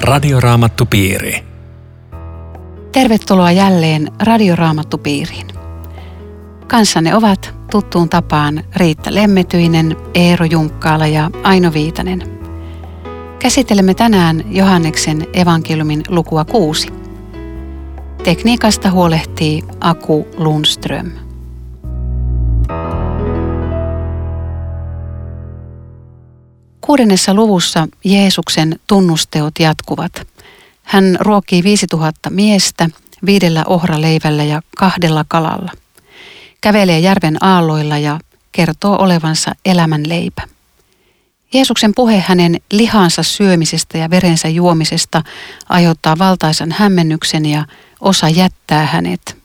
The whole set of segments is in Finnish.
Radioraamattupiiri. Tervetuloa jälleen Radioraamattupiiriin. Kanssanne ovat tuttuun tapaan Riitta Lemmetyinen, Eero Junkkaala ja Aino Viitanen. Käsittelemme tänään Johanneksen evankeliumin lukua 6. Tekniikasta huolehtii Aku Lundström. Kuudennessa luvussa Jeesuksen tunnusteot jatkuvat. Hän ruokkii 5000 miestä 5 ohraleivällä ja 2 kalalla. Kävelee järven aalloilla ja kertoo olevansa elämän leipä. Jeesuksen puhe hänen lihansa syömisestä ja verensä juomisesta aiheuttaa valtaisan hämmennyksen ja osa jättää hänet.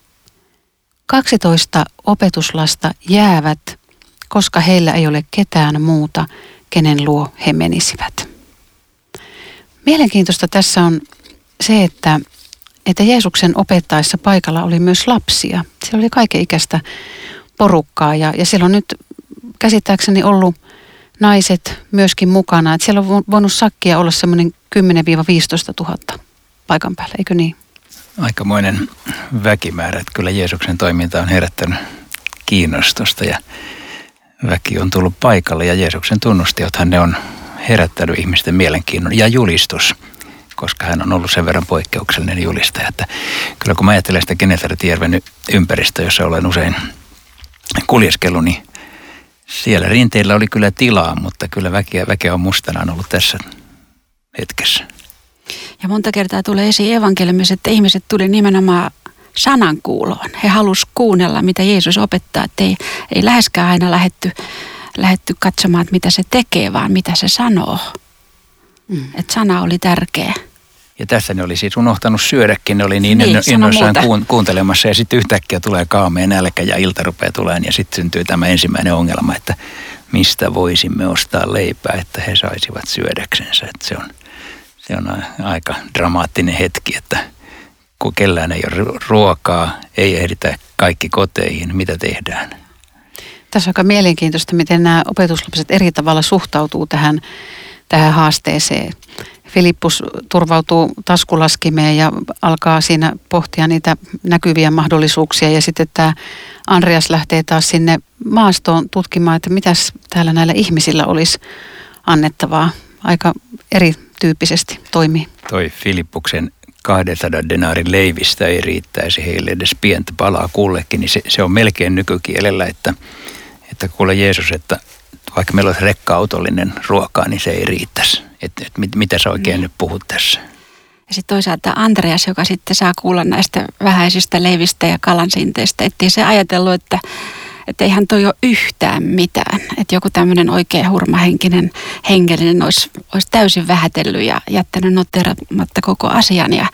12 opetuslasta jäävät, koska heillä ei ole ketään muuta, kenen luo he menisivät. Mielenkiintoista tässä on se, että Jeesuksen opettaessa paikalla oli myös lapsia. Siellä oli kaikenikäistä porukkaa ja siellä on nyt käsittääkseni ollut naiset myöskin mukana. Että siellä on voinut sakkia olla semmoinen 10 000–15 000 paikan päällä, eikö niin? Aikamoinen väkimäärä, että kyllä Jeesuksen toiminta on herättänyt kiinnostusta ja väki on tullut paikalle ja Jeesuksen tunnustajathan ne on herättänyt ihmisten mielenkiinnon ja julistus, koska hän on ollut sen verran poikkeuksellinen julistaja. Että kyllä kun mä ajattelen sitä Genesaretjärven ympäristöä, jossa olen usein kuljeskellut, niin siellä rinteillä oli kyllä tilaa, mutta kyllä väkeä on mustanaan ollut tässä hetkessä. Ja monta kertaa tulee esiin evankeliumissa, että ihmiset tuli nimenomaan sanankuuloon. He halusivat kuunnella, mitä Jeesus opettaa, että ei läheskään aina lähdetty katsomaan, että mitä se tekee, vaan mitä se sanoo. Että sana oli tärkeä. Ja tässä ne oli siis unohtanut syödäkin, ne oli niin innoissaan kuuntelemassa ja sitten yhtäkkiä tulee kaamea nälkä ja ilta rupeaa tulemaan ja sitten syntyy tämä ensimmäinen ongelma, että mistä voisimme ostaa leipää, että he saisivat syödäksensä. Että se on aika dramaattinen hetki, että kun kellään ei ole ruokaa, ei ehditä kaikki koteihin, mitä tehdään? Tässä on aika mielenkiintoista, miten nämä opetuslapset eri tavalla suhtautuu tähän haasteeseen. Filippus turvautuu taskulaskimeen ja alkaa siinä pohtia niitä näkyviä mahdollisuuksia. Ja sitten tämä Andreas lähtee taas sinne maastoon tutkimaan, että mitäs täällä näillä ihmisillä olisi annettavaa. Aika erityyppisesti toimii. Toi Filippuksen 200 denaarin leivistä ei riittäisi heille edes pientä palaa kullekin, niin se on melkein nykykielellä, että kuule Jeesus, että vaikka meillä olisi rekka-autollinen ruokaa, niin se ei riittäisi. Että mitä sä oikein nyt puhut tässä? Ja sitten toisaalta Andreas, joka sitten saa kuulla näistä vähäisistä leivistä ja kalansinteistä, ettei se ajatellut, että eihän toi ole yhtään mitään. Että joku tämmöinen oikein hurmahenkinen hengellinen olisi täysin vähätellyt ja jättänyt noteeramatta koko asian. Ja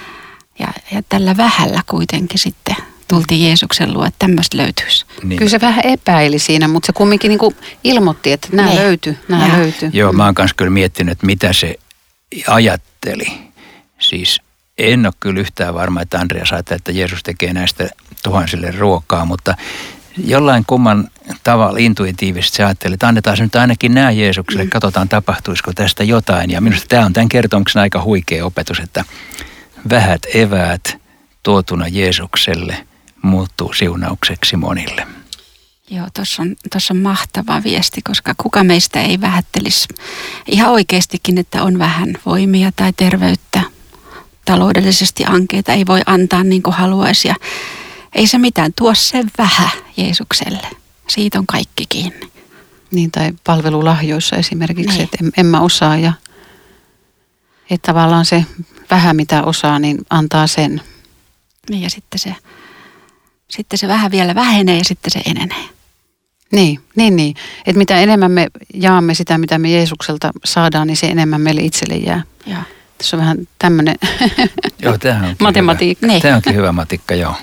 tällä vähällä kuitenkin sitten tultiin Jeesuksen luo, että tämmöistä löytyisi. Niin. Kyllä se vähän epäili siinä, mutta se kumminkin niin kuin ilmoitti, että nämä löytyy. Joo, mä oon kanssa kyllä miettinyt, että mitä se ajatteli. Siis en ole kyllä yhtään varma, että Andreas ajatteli, että Jeesus tekee näistä tuhansille ruokaa, mutta jollain kumman tavalla intuitiivisesti se ajatteli, että annetaan se nyt ainakin nämä Jeesukselle, katsotaan tapahtuisiko tästä jotain. Ja minusta tämä on tämän kertomuksen aika huikea opetus, että vähät eväät tuotuna Jeesukselle muuttuu siunaukseksi monille. Joo, tuossa on mahtava viesti, koska kuka meistä ei vähättelisi ihan oikeastikin, että on vähän voimia tai terveyttä. Taloudellisesti ankeita ei voi antaa niin kuin haluaisi ja ei se mitään, tuo se vähän Jeesukselle. Siitä on kaikki kiinni. Niin, tai palvelulahjoissa esimerkiksi, että en mä osaa ja että tavallaan se vähän mitä osaa, niin antaa sen. Niin ja sitten se vähän vielä vähenee ja sitten se enenee. Niin. Että mitä enemmän me jaamme sitä, mitä me Jeesukselta saadaan, niin se enemmän meille itselle jää. Joo. Tässä on vähän tämmöinen matematiikka. Tämä onkin hyvä matikka, joo.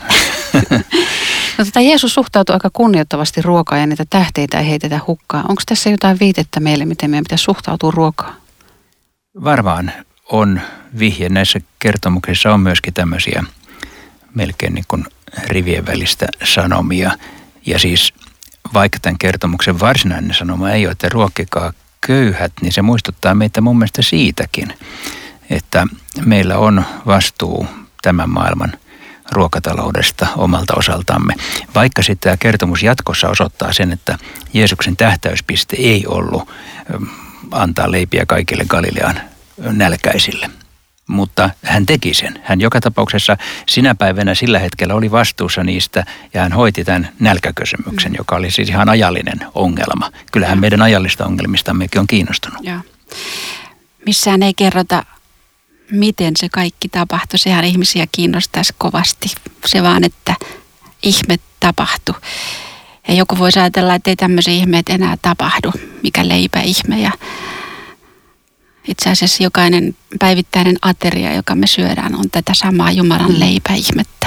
No, Jeesus suhtautuu aika kunnioittavasti ruokaan ja niitä tähteitä ei heitetä hukkaan. Onko tässä jotain viitettä meille, miten meidän pitäisi suhtautua ruokaan? Varmaan on vihje. Näissä kertomuksissa on myöskin tämmöisiä melkein niin kuin rivien välistä sanomia. Ja siis vaikka tämän kertomuksen varsinainen sanoma ei ole, että ruokkikaa köyhät, niin se muistuttaa meitä mun mielestä siitäkin, että meillä on vastuu tämän maailman ruokataloudesta omalta osaltamme. Vaikka sitten tämä kertomus jatkossa osoittaa sen, että Jeesuksen tähtäyspiste ei ollut antaa leipiä kaikille Galilean nälkäisille. Mutta hän teki sen. Hän joka tapauksessa sinä päivänä sillä hetkellä oli vastuussa niistä ja hän hoiti tämän nälkäkysymyksen, joka oli siis ihan ajallinen ongelma. Kyllähän meidän ajallista ongelmistammekin on kiinnostunut. Joo. Missään ei kerrota, miten se kaikki tapahtui. Sehän ihmisiä kiinnostaisi kovasti. Se vaan, että ihme tapahtui. Ja joku voisi ajatella, että ei tämmöisiä ihmeitä enää tapahdu, mikä leipäihme. Ja itse asiassa jokainen päivittäinen ateria, joka me syödään, on tätä samaa Jumalan leipäihmettä.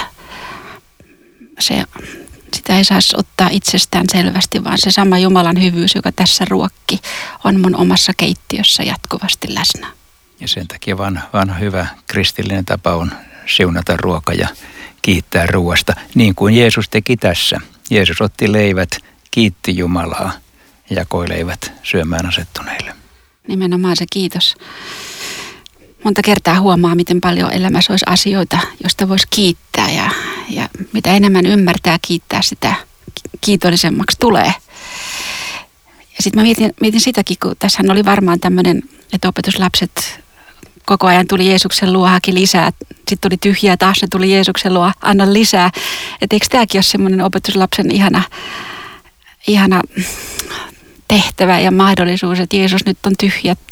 Sitä ei saisi ottaa itsestään selvästi, vaan se sama Jumalan hyvyys, joka tässä ruokki, on mun omassa keittiössä jatkuvasti läsnä. Ja sen takia vanha hyvä kristillinen tapa on siunata ruoka ja kiittää ruoasta, niin kuin Jeesus teki tässä. Jeesus otti leivät, kiitti Jumalaa ja jakoi leivät syömään asettuneille. Nimenomaan se kiitos. Monta kertaa huomaa, miten paljon elämässä olisi asioita, joista voisi kiittää ja mitä enemmän ymmärtää kiittää, sitä kiitollisemmaksi tulee. Ja sitten mä mietin sitäkin, kun tässähän oli varmaan tämmöinen, että opetuslapset koko ajan tuli Jeesuksen luo, haki lisää. Sitten tuli tyhjää, taas ne tuli Jeesuksen luo, anna lisää. Että eikö tämäkin ole semmoinen opetuslapsen ihana tehtävä ja mahdollisuus, että Jeesus nyt on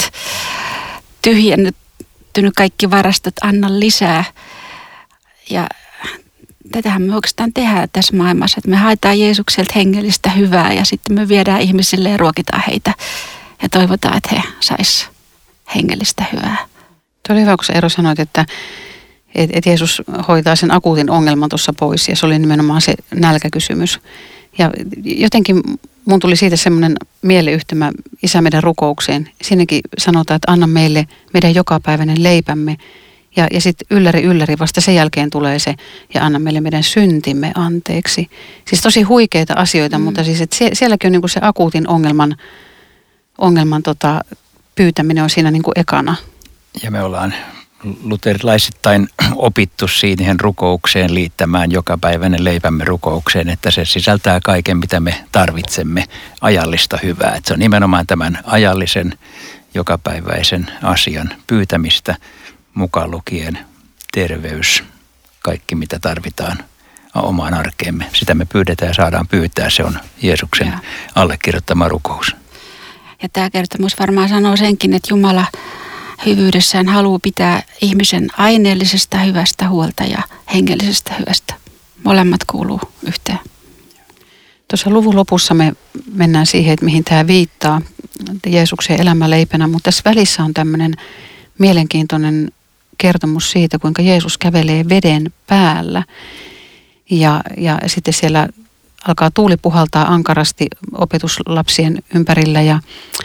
tyhjentynyt kaikki varastot, anna lisää. Ja tätähän me oikeastaan tehdään tässä maailmassa, että me haetaan Jeesukselta hengellistä hyvää ja sitten me viedään ihmisille ja ruokitaan heitä ja toivotaan, että he sais hengellistä hyvää. Tuo oli hyvä, kun sä Eero sanoit, että Jeesus hoitaa sen akuutin ongelman tuossa pois ja se oli nimenomaan se nälkäkysymys. Ja jotenkin mun tuli siitä semmoinen mieleyhtymä Isä meidän rukoukseen. Siinäkin sanotaan, että anna meille meidän jokapäiväinen leipämme. Ja sitten ylläri, vasta sen jälkeen tulee se, ja anna meille meidän syntimme anteeksi. Siis tosi huikeita asioita, mutta siis että sielläkin on niinku se akuutin ongelman pyytäminen on siinä niinku ekana. Ja me ollaan luterilaisittain opittu siihen rukoukseen liittämään jokapäiväinen leipämme rukoukseen, että se sisältää kaiken, mitä me tarvitsemme, ajallista hyvää. Että se on nimenomaan tämän ajallisen jokapäiväisen asian pyytämistä, mukaan lukien terveys, kaikki mitä tarvitaan omaan arkeemme. Sitä me pyydetään ja saadaan pyytää. Se on Jeesuksen allekirjoittama rukous. Ja tämä kertomus varmaan sanoo senkin, että Jumala hyvyydessään haluaa pitää ihmisen aineellisesta hyvästä huolta ja hengellisestä hyvästä. Molemmat kuuluu yhteen. Tuossa luvun lopussa me mennään siihen, että mihin tämä viittaa Jeesuksen elämäleipänä, mutta tässä välissä on tämmöinen mielenkiintoinen kertomus siitä, kuinka Jeesus kävelee veden päällä ja sitten siellä alkaa tuuli puhaltaa ankarasti opetuslapsien ympärillä ja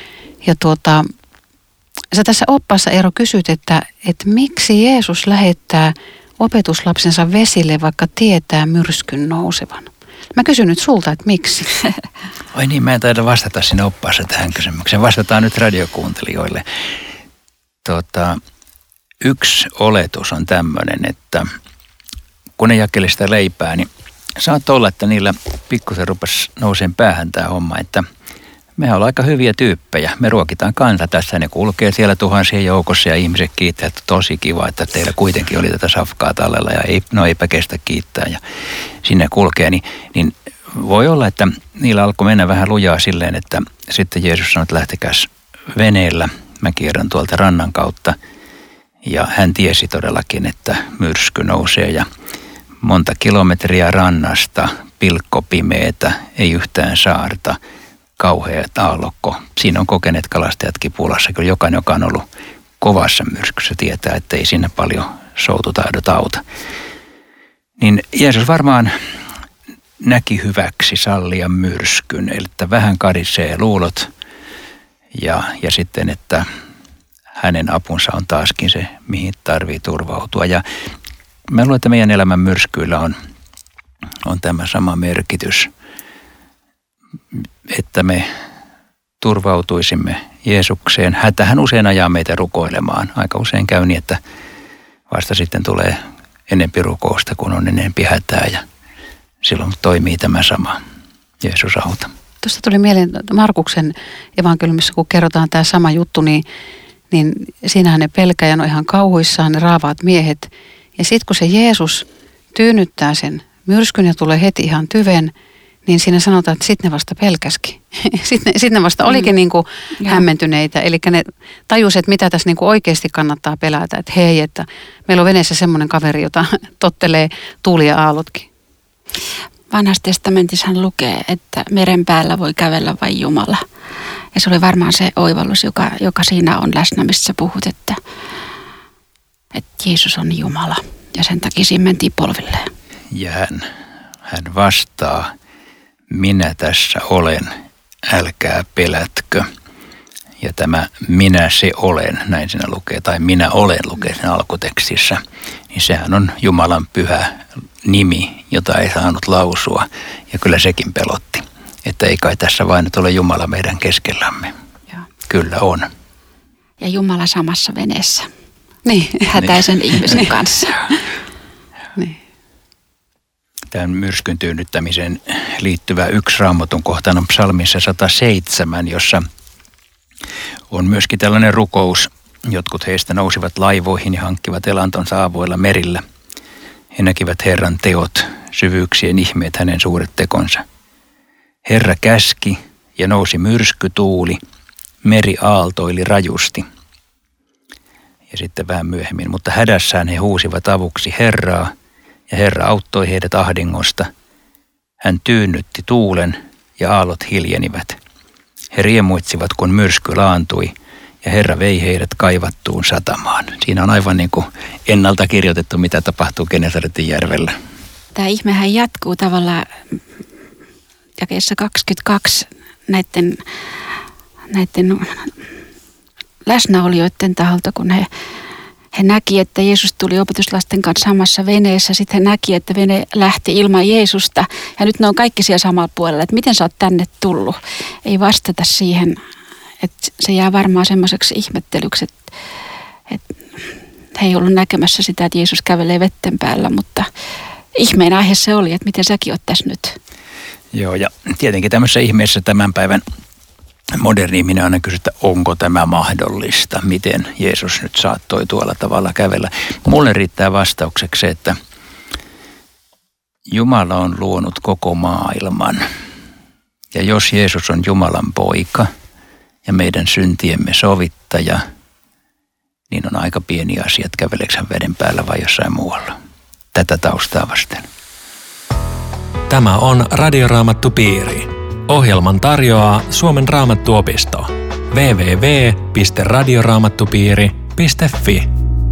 sä tässä oppaassa, Eero, kysyt, että miksi Jeesus lähettää opetuslapsensa vesille, vaikka tietää myrskyn nousevan. Mä kysyn nyt sulta, että miksi? Oi niin, mä en taida vastata siinä oppaassa tähän kysymykseen. Vastataan nyt radiokuuntelijoille. Yksi oletus on tämmöinen, että kun ne jakeli sitä leipää, niin saattoi olla, että niillä pikkusen rupesi nouseen päähän tämä homma, että mehän ollaan aika hyviä tyyppejä. Me ruokitaan kansa tässä, ne kulkee siellä tuhansien joukossa ja ihmiset kiittää, että tosi kiva, että teillä kuitenkin oli tätä safkaa tallella ja eipä kestä kiittää ja sinne kulkee. Niin voi olla, että niillä alkoi mennä vähän lujaa silleen, että sitten Jeesus sanoi, että lähtekääs veneellä. Mä kierrän tuolta rannan kautta ja hän tiesi todellakin, että myrsky nousee ja monta kilometriä rannasta, pilkkopimeetä, ei yhtään saarta. Kauhea aallokko. Siinä on kokeneet kalastajatkin pulassa. Kyllä jokainen, joka on ollut kovassa myrskyssä, tietää, että ei sinne paljon soututaidot auta. Niin Jeesus varmaan näki hyväksi sallia myrskyn, eli että vähän karisee luulot ja sitten, että hänen apunsa on taaskin se, mihin tarvii turvautua. Ja mä luulen, että meidän elämän myrskyillä on tämä sama merkitys, että me turvautuisimme Jeesukseen. Hätähän usein ajaa meitä rukoilemaan. Aika usein käy niin, että vasta sitten tulee enempi rukousta, kun on enempi hätää ja silloin toimii tämä sama. Jeesus auta. Tuosta tuli mieleen Markuksen evankeliumissa, kun kerrotaan tämä sama juttu, niin siinähän ne pelkääjän on ihan kauhuissaan, ne raavaat miehet. Ja sitten kun se Jeesus tyynnyttää sen myrskyn ja tulee heti ihan tyven, niin siinä sanotaan, että sitten ne vasta pelkäski. Sitten ne vasta olikin niin kuin hämmentyneitä. Eli ne tajusivat, että mitä tässä niin kuin oikeasti kannattaa pelätä. Että hei, että meillä on veneessä semmoinen kaveri, jota tottelee tuuli ja aallotkin. Vanhassa testamentissahan lukee, että meren päällä voi kävellä vain Jumala. Ja se oli varmaan se oivallus, joka siinä on läsnä, missä puhut, että Jeesus on Jumala. Ja sen takia siinä mentiin polvilleen. Ja hän vastaa, minä tässä olen, älkää pelätkö. Ja tämä minä se olen, näin siinä lukee, tai minä olen lukee siinä alkutekstissä, niin sehän on Jumalan pyhä nimi, jota ei saanut lausua. Ja kyllä sekin pelotti, että ei kai tässä vain nyt ole Jumala meidän keskellämme. Joo. Kyllä on. Ja Jumala samassa veneessä. Niin. Hätäisen ihmisen kanssa. Niin. Tämän myrskyn tyynnyttämiseen liittyvä yksi Raamatun kohta on psalmissa 107, jossa on myöskin tällainen rukous. Jotkut heistä nousivat laivoihin ja hankkivat elantonsa avoilla merillä. He näkivät Herran teot, syvyyksien ihmeet, hänen suuret tekonsa. Herra käski ja nousi myrskytuuli, meri aaltoili rajusti. Ja sitten vähän myöhemmin, mutta hädässään he huusivat avuksi Herraa, ja Herra auttoi heidät ahdingosta. Hän tyynnytti tuulen ja aallot hiljenivät. He riemuitsivat, kun myrsky laantui, ja Herra vei heidät kaivattuun satamaan. Siinä on aivan niin kuin ennalta kirjoitettu, mitä tapahtuu Genesaretin järvellä. Tämä ihmehän jatkuu tavallaan jakeessa 22 näiden läsnäolijoiden taholta, kun he näki, että Jeesus tuli opetuslasten kanssa samassa veneessä. Sitten he näki, että vene lähti ilman Jeesusta. Ja nyt ne on kaikki siellä samalla puolella, että miten sä oot tänne tullut. Ei vastata siihen, että se jää varmaan semmoiseksi ihmettelyksi, että he ei ollut näkemässä sitä, että Jeesus kävelee vetten päällä, mutta ihmeen aihe se oli, että miten säkin oot tässä nyt. Joo, ja tietenkin tämmöisessä ihmeessä tämän päivän moderni ihminen aina kysyy, että onko tämä mahdollista, miten Jeesus nyt saattoi tuolla tavalla kävellä. Mulle riittää vastaukseksi se, että Jumala on luonut koko maailman. Ja jos Jeesus on Jumalan poika ja meidän syntiemme sovittaja, niin on aika pieni asia, että käveleekö hän veden päällä vai jossain muualla. Tätä taustaa vasten. Tämä on Radioraamattupiiri. Ohjelman tarjoaa Suomen Raamattuopisto. www.radioraamattupiiri.fi.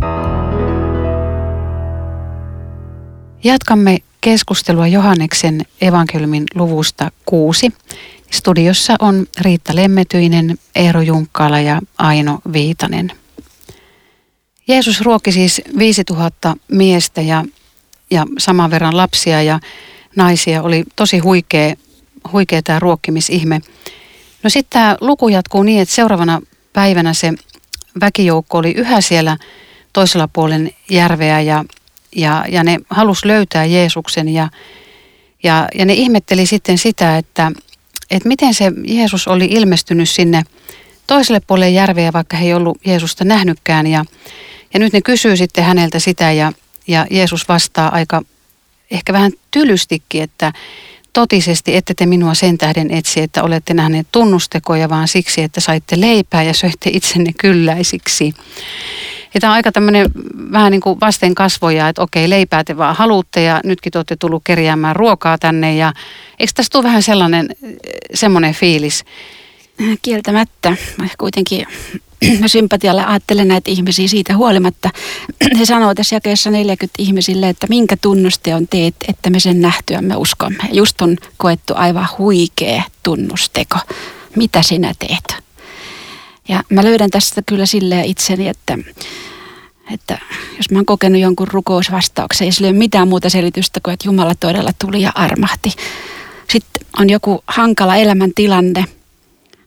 Jatkamme keskustelua Johanneksen evankeliumin luvusta 6. Studiossa on Riitta Lemmetyinen, Eero Junkkala ja Aino Viitanen. Jeesus ruokki siis 5000 miestä ja saman verran lapsia ja naisia. Oli tosi huikea tämä ruokkimisihme. No sitten tämä luku jatkuu niin, että seuraavana päivänä se väkijoukko oli yhä siellä toisella puolen järveä ja ne halusi löytää Jeesuksen ja ne ihmetteli sitten sitä, että miten se Jeesus oli ilmestynyt sinne toiselle puolelle järveä, vaikka he ei ollut Jeesusta nähnytkään ja nyt ne kysyy sitten häneltä sitä ja Jeesus vastaa aika ehkä vähän tylystikin, että totisesti ette te minua sen tähden etsi, että olette nähneet tunnustekoja, vaan siksi, että saitte leipää ja söitte itsenne kylläisiksi. Ja tämä on aika tämmöinen vähän niin kuin vasten kasvoja, että okei, leipää te vaan haluatte ja nytkin te olette tullut kerjäämään ruokaa tänne. Ja eikö tässä tule vähän semmoinen fiilis? Kieltämättä. Kuitenkin sympatialla ajattelen näitä ihmisiä siitä huolimatta. He sanoo tässä jakeessa 40 ihmisille, että minkä tunnusteon teet, että me sen nähtyämme uskomme. Just on koettu aivan huikea tunnusteko. Mitä sinä teet? Ja mä löydän tästä kyllä silleen itseni, että jos mä oon kokenut jonkun rukousvastauksen, ei sillä ole mitään muuta selitystä kuin, että Jumala todella tuli ja armahti. Sitten on joku hankala elämäntilanne,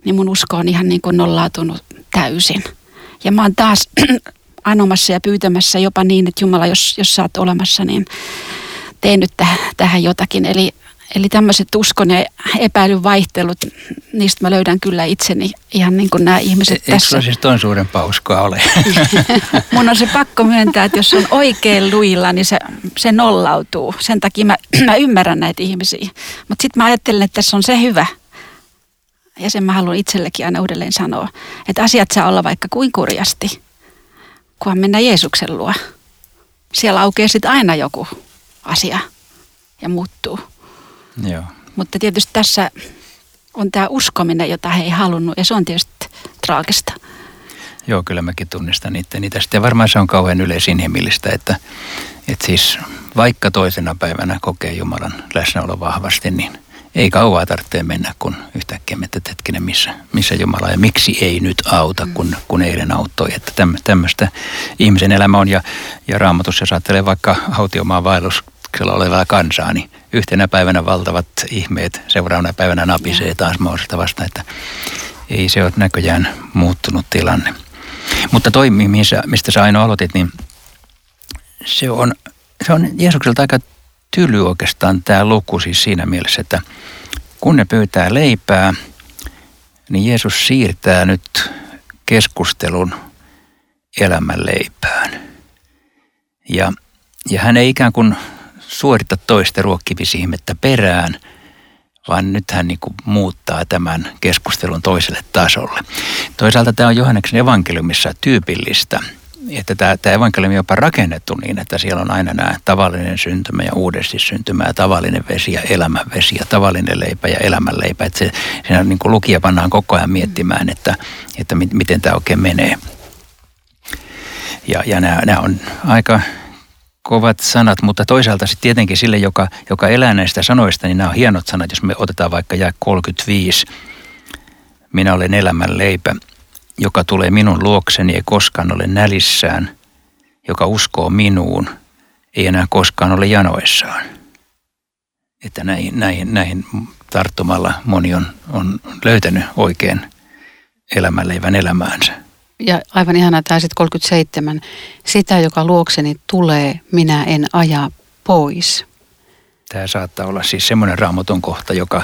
niin mun usko on ihan niin kuin nollautunut täysin. Ja mä oon taas anomassa ja pyytämässä jopa niin, että Jumala, jos sä oot olemassa, niin tee nyt tähän jotakin. Eli tämmöiset uskon ja epäilyn vaihtelut, niistä mä löydän kyllä itseni ihan niin kuin nämä ihmiset tässä. Eikö sulla siis ton suurempaa uskoa ole? Mun on se pakko myöntää, että jos on oikein lujilla, niin se nollautuu. Sen takia mä ymmärrän näitä ihmisiä. Mutta sitten mä ajattelen, että tässä on se hyvä. Ja sen mä haluan itsellekin aina uudelleen sanoa, että asiat saa olla vaikka kuin kurjasti, kunhan mennään Jeesuksen luo. Siellä aukeaa sitten aina joku asia ja muuttuu. Joo. Mutta tietysti tässä on tämä uskominen, jota he ei halunnut, ja se on tietysti traagista. Joo, kyllä mäkin tunnistan itteni tästä. Ja varmaan se on kauhean yleisinhimillistä, että siis vaikka toisena päivänä kokee Jumalan läsnäolo vahvasti, niin ei kauaa tarvitse mennä, kun yhtäkkiä miettii, hetkinen, missä Jumala ja miksi ei nyt auta, kun eilen auttoi. Että tämmöistä ihmisen elämä on. Ja Raamatussa, jos ajattelee vaikka autiomaan vaelluksella olevaa kansaa, niin yhtenä päivänä valtavat ihmeet, seuraavana päivänä napisee taas Moosesta vastaan, että ei se ole näköjään muuttunut tilanne. Mutta toi, mistä sä Aino aloitit, niin se on Jeesukselta aika tyly oikeastaan tämä luku siis siinä mielessä, että kun ne pyytää leipää, niin Jeesus siirtää nyt keskustelun elämän leipään. Ja hän ei ikään kuin suorita toista ruokkivisiihmettä perään, vaan nyt hän niin kuin muuttaa tämän keskustelun toiselle tasolle. Toisaalta tämä on Johanneksen evankeliumissa tyypillistä, että tämä evankeliumi on jopa rakennettu niin, että siellä on aina nämä tavallinen syntymä ja uudesti syntymä ja tavallinen vesi ja elämän vesi ja tavallinen leipä ja elämän leipä. Että siinä niin kuin lukija pannaan koko ajan miettimään, että miten tämä oikein menee. Ja nämä on aika kovat sanat, mutta toisaalta sitten tietenkin sille, joka elää näistä sanoista, niin nämä on hienot sanat. Jos me otetaan vaikka jae 35, minä olen elämän leipä, joka tulee minun luokseni, ei koskaan ole nälissään, joka uskoo minuun, ei enää koskaan ole janoissaan. Että näihin tarttumalla moni on löytänyt oikein elämänleivän elämäänsä. Ja aivan ihanaa tämä sitten 37. Sitä, joka luokseni tulee, minä en aja pois. Tämä saattaa olla siis semmoinen Raamatun kohta, joka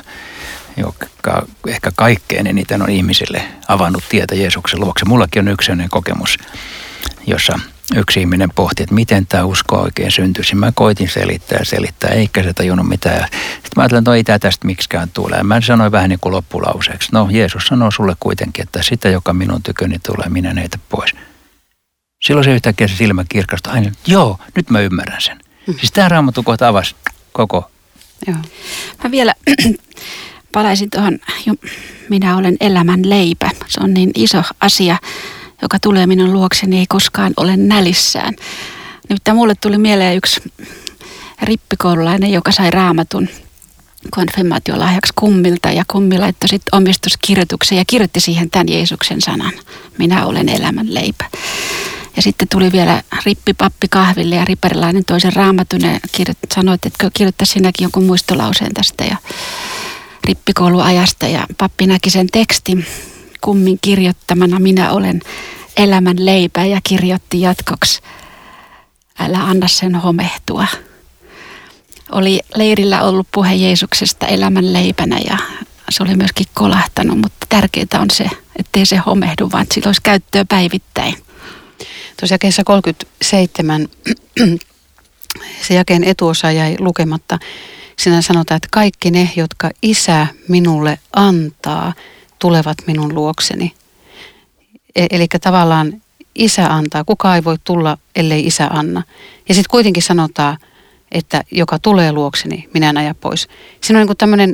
ehkä kaikkein eniten on ihmisille avannut tietä Jeesuksen luokse. Mullakin on yksi sellainen kokemus, jossa yksi ihminen pohti, että miten tämä usko oikein syntyisi. Mä koitin selittää, eikä se tajunnut mitään. Sitten mä ajattelin, että ei tämä tästä miksikään tule. Mä sanoin vähän niin kuin loppulauseeksi. No, Jeesus sanoo sulle kuitenkin, että sitä, joka minun tyköni tulee, minä heitä pois. Silloin se yhtäkkiä se silmä kirkastui aina, joo, nyt mä ymmärrän sen. Siis tämä Raamattu kohta avasi koko. Joo. Mä vielä palaisin tuohon, minä olen elämän leipä. Se on niin iso asia, joka tulee minun luokseni, ei koskaan ole nälissään. Nimittäin mulle tuli mieleen yksi rippikoululainen, joka sai Raamatun konfirmaatiolahjaksi kummilta. Ja kummi laittoi sitten omistuskirjoituksen ja kirjoitti siihen tämän Jeesuksen sanan. Minä olen elämän leipä. Ja sitten tuli vielä rippipappi kahville ja riparilainen toisen Raamatun ja sanoi, että kirjoittaa sinäkin jonkun muistolauseen tästä ja rippikouluajasta. Ja pappi näki sen tekstin kummin kirjoittamana, minä olen elämän leipä, ja kirjoitti jatkoksi, älä anna sen homehtua. Oli leirillä ollut puhe Jeesuksesta elämän leipänä ja se oli myöskin kolahtanut, mutta tärkeintä on se, ettei se homehdu, vaan sillä olisi käyttöä päivittäin. Tuossa jakeessa 37 se jakeen etuosa jäi lukematta. Siinä sanotaan, että kaikki ne, jotka Isä minulle antaa, tulevat minun luokseni. Eli tavallaan Isä antaa. Kukaan ei voi tulla, ellei Isä anna. Ja sitten kuitenkin sanotaan, että joka tulee luokseni, minä en aja pois. Siinä on tämmöinen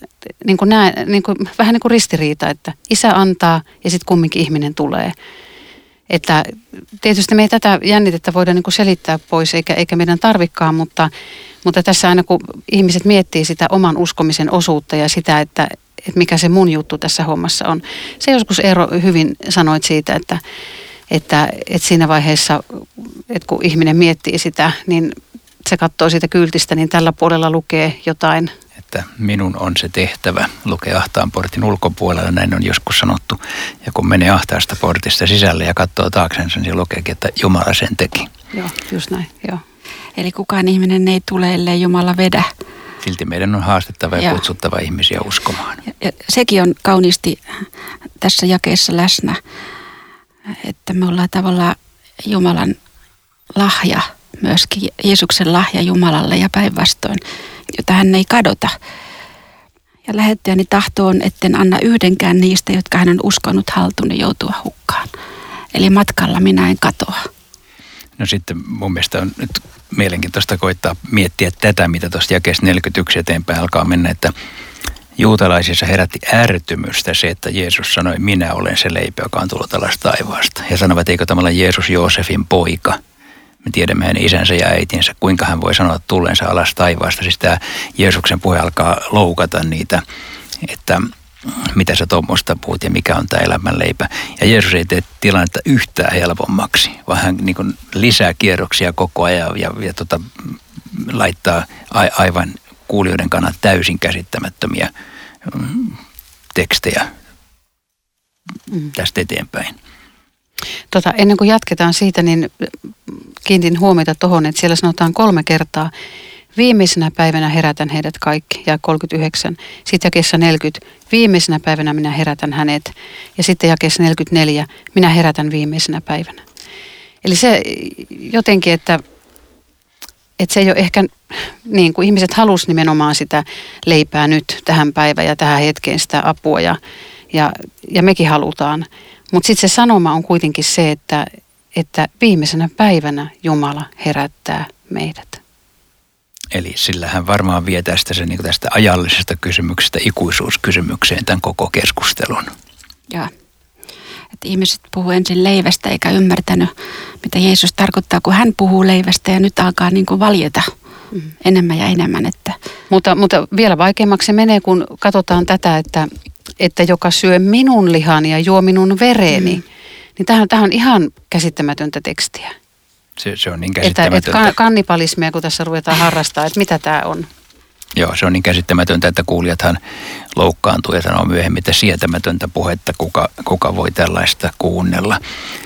vähän niin kuin ristiriita, että Isä antaa ja sitten kumminkin ihminen tulee. Että tietysti me ei tätä jännitettä voida niin kuin selittää pois, eikä meidän tarvikaan, mutta tässä aina kun ihmiset miettii sitä oman uskomisen osuutta ja sitä, että mikä se mun juttu tässä hommassa on. Se joskus Eero hyvin sanoit siitä, että siinä vaiheessa, että kun ihminen miettii sitä, niin se katsoo siitä kyltistä, niin tällä puolella lukee jotain. että minun on se tehtävä lukea ahtaan portin ulkopuolella, näin on joskus sanottu. Ja kun menee ahtaasta portista sisälle ja katsoo taaksensa, niin se lukeekin, että Jumala sen teki. Joo, just näin, joo. Eli kukaan ihminen ei tule, ellei Jumala vedä. Silti meidän on haastettava ja kutsuttava ihmisiä uskomaan. Ja sekin on kauniisti tässä jakeessa läsnä, että me ollaan tavallaan Jumalan lahja, myöskin Jeesuksen lahja Jumalalle ja päinvastoin, jota hän ei kadota. Ja lähettäjäni tahto on, etten anna yhdenkään niistä, jotka hän on uskonut haltuuni joutua hukkaan. Eli matkalla minä en katoa. No sitten mun mielestä on nyt mielenkiintoista koittaa miettiä tätä, mitä tuosta jakeesta 41 eteenpäin alkaa mennä, että juutalaisissa herätti ärtymystä se, että Jeesus sanoi, minä olen se leipä, joka on tullut alas taivaasta. Ja sanovat, eikö tämä ole Jeesus Joosefin poika? Me tiedämme hänen isänsä ja äitinsä, kuinka hän voi sanoa tulleensa alas taivaasta. Siis tämä Jeesuksen puhe alkaa loukata niitä, että mitä sä tuommoista puhut ja mikä on tämä elämänleipä. Ja Jeesus ei tee tilannetta yhtään helpommaksi, vaan hän niin kuin lisää kierroksia koko ajan ja laittaa aivan kuulijoiden kannalta täysin käsittämättömiä tekstejä tästä eteenpäin. Ennen kuin jatketaan siitä, niin kiinnitin huomiota tuohon, että siellä sanotaan 3 kertaa, viimeisenä päivänä herätän heidät kaikki, ja 39. Sitten jakeessa 40, viimeisenä päivänä minä herätän hänet. Ja sitten jakeessa 44, minä herätän viimeisenä päivänä. Eli se jotenkin, että se ei ole ehkä niin kuin ihmiset halusivat nimenomaan sitä leipää nyt tähän päivään ja tähän hetkeen sitä apua ja mekin halutaan. Mutta sitten se sanoma on kuitenkin se, että viimeisenä päivänä Jumala herättää meidät. Eli sillä hän varmaan vie tästä ajallisesta kysymyksestä ikuisuuskysymykseen tämän koko keskustelun. Joo. Että ihmiset puhuu ensin leivästä eikä ymmärtänyt, mitä Jeesus tarkoittaa, kun hän puhuu leivästä ja nyt alkaa niin kuin valjeta enemmän ja enemmän. Että. Mutta vielä vaikeammaksi se menee, kun katsotaan tätä, että joka syö minun lihani ja juo minun vereni, niin tämä on ihan käsittämätöntä tekstiä. Se on niin käsittämätöntä. Että kannibalismia, kun tässä ruvetaan harrastaa, että mitä tämä on. Joo, se on niin käsittämätöntä, että kuulijathan loukkaantuu ja sanoo myöhemmin, että sietämätöntä puhetta, kuka voi tällaista kuunnella.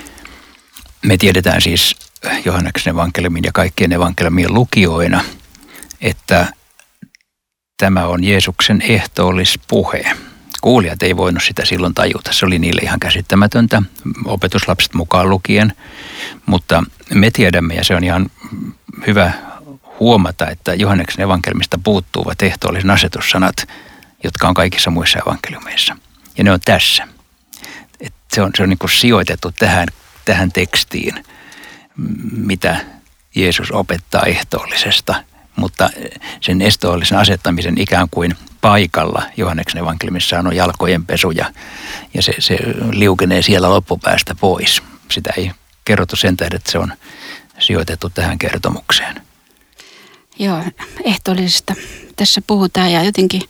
Me tiedetään siis Johanneksen evankeliumin ja kaikkien evankeliumien lukijoina, että tämä on Jeesuksen ehtoollispuhe. Kuulijat ei voinut sitä silloin tajuta. Se oli niille ihan käsittämätöntä, opetuslapset mukaan lukien. Mutta me tiedämme, ja se on ihan hyvä huomata, että Johanneksen evankeliumista puuttuvat ehtoollisen asetussanat, jotka on kaikissa muissa evankeliumeissa. Ja ne on tässä. Se on niin kuin sijoitettu tähän tekstiin, mitä Jeesus opettaa ehtoollisesta. Mutta sen ehtoollisen asettamisen ikään kuin paikalla Johanneksen evankeliumissa on jalkojen pesu ja se liukenee siellä loppupäästä pois. Sitä ei kerrottu sen tähden, että se on sijoitettu tähän kertomukseen. Joo, ehtoollisesta tässä puhutaan ja jotenkin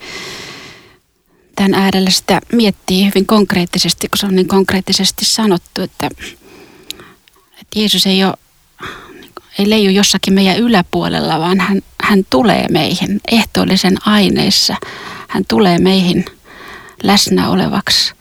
tämän äärellä sitä miettii hyvin konkreettisesti, kun se on niin konkreettisesti sanottu, että Jeesus ei leiju jossakin meidän yläpuolella, vaan hän tulee meihin ehtoollisen aineissa. Hän tulee meihin läsnä olevaksi,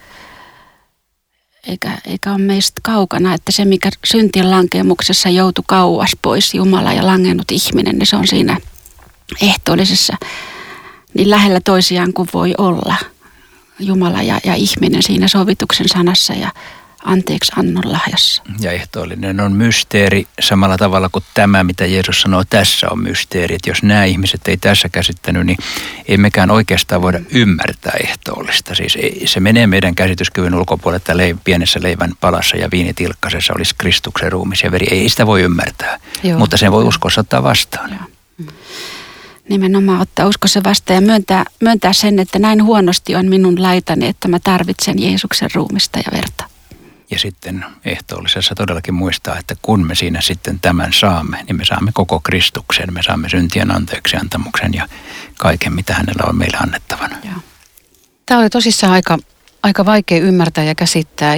eikä ole meistä kaukana, että se mikä syntien lankemuksessa joutui kauas pois Jumala ja langennut ihminen, niin se on siinä ehtoollisessa niin lähellä toisiaan kuin voi olla. Jumala ja ihminen siinä sovituksen sanassa ja anteeksi annon lahjassa. Ja ehtoollinen on mysteeri samalla tavalla kuin tämä, mitä Jeesus sanoo, tässä on mysteeri. Että jos nämä ihmiset ei tässä käsittänyt, niin ei mekään oikeastaan voida ymmärtää ehtoollista. Siis se menee meidän käsityskyvyn ulkopuolelle, että pienessä leivän palassa ja viinitilkkasessa olisi Kristuksen ruumis ja veri. Ei sitä voi ymmärtää, mutta sen voi uskossa ottaa vastaan. Joo. Nimenomaan ottaa uskossa vastaan ja myöntää sen, että näin huonosti on minun laitani, että mä tarvitsen Jeesuksen ruumista ja verta. Ja sitten ehtoollisessa todellakin muistaa, että kun me siinä sitten tämän saamme, niin me saamme koko Kristuksen, me saamme syntien anteeksiantamuksen ja kaiken, mitä hänellä on meille annettavana. Joo. Tämä oli tosissaan aika vaikea ymmärtää ja käsittää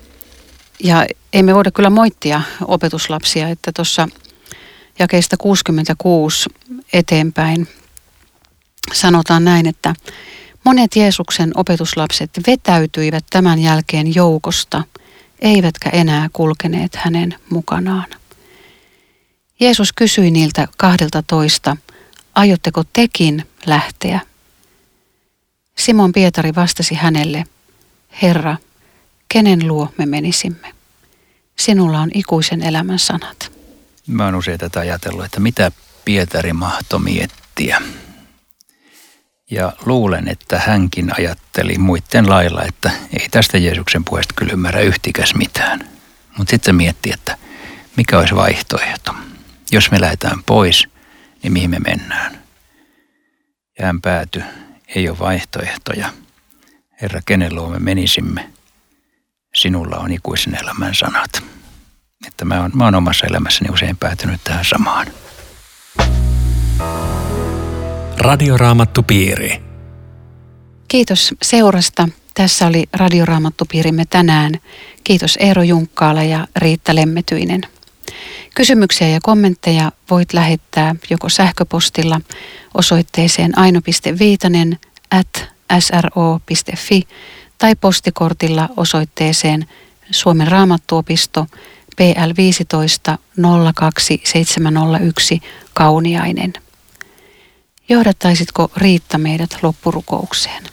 ja ei me voida kyllä moittia opetuslapsia, että tuossa jakeesta 66 eteenpäin sanotaan näin, että monet Jeesuksen opetuslapset vetäytyivät tämän jälkeen joukosta, eivätkä enää kulkeneet hänen mukanaan. Jeesus kysyi niiltä 12, aiotteko tekin lähteä? Simon Pietari vastasi hänelle, Herra, kenen luo me menisimme? Sinulla on ikuisen elämän sanat. Mä oon usein tätä ajatellut, että mitä Pietari mahtoi miettiä. Ja luulen, että hänkin ajatteli muiden lailla, että ei tästä Jeesuksen puheesta kyllä ymmärrä yhtikäs mitään. Mutta sitten se mietti, että mikä olisi vaihtoehto. Jos me lähdetään pois, niin mihin me mennään? Ja hän päätyi, ei ole vaihtoehtoja. Herra, kenen luo me menisimme? Sinulla on ikuisen elämän sanat. Että mä oon omassa elämässäni usein päätynyt tähän samaan. Radioraamattupiiri. Kiitos seurasta. Tässä oli Radioraamattupiirimme tänään. Kiitos Eero Junkkaala ja Riitta Lemmetyinen. Kysymyksiä ja kommentteja voit lähettää joko sähköpostilla osoitteeseen aino.viitanen@sro.fi tai postikortilla osoitteeseen Suomen Raamattuopisto PL 15 02701 Kauniainen. Johdattaisitko Riitta meidät loppurukoukseen?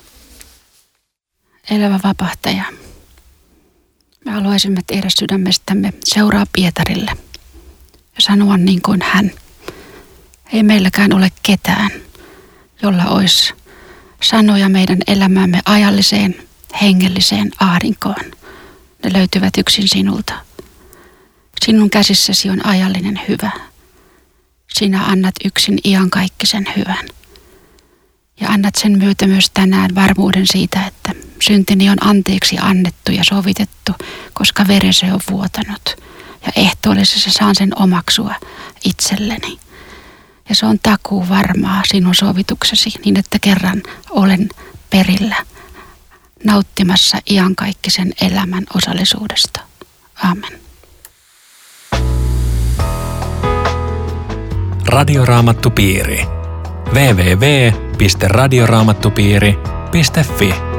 Elävä vapahtaja, me haluaisimme tehdä sydämestämme seuraa Pietarille ja sanoa niin kuin hän. Ei meilläkään ole ketään, jolla olisi sanoja meidän elämämme ajalliseen, hengelliseen ahdinkoon. Ne löytyvät yksin sinulta. Sinun käsissäsi on ajallinen hyvä. Sinä annat yksin iankaikkisen hyvän. Ja annat sen myötä myös tänään varmuuden siitä, että syntini on anteeksi annettu ja sovitettu, koska veresi on vuotanut. Ja ehtoollisessa saan sen omaksua itselleni. Ja se on takuu varmaa sinun sovituksesi, niin että kerran olen perillä nauttimassa iankaikkisen elämän osallisuudesta. Amen. Radioraamattupiiri. www.radioraamattupiiri.fi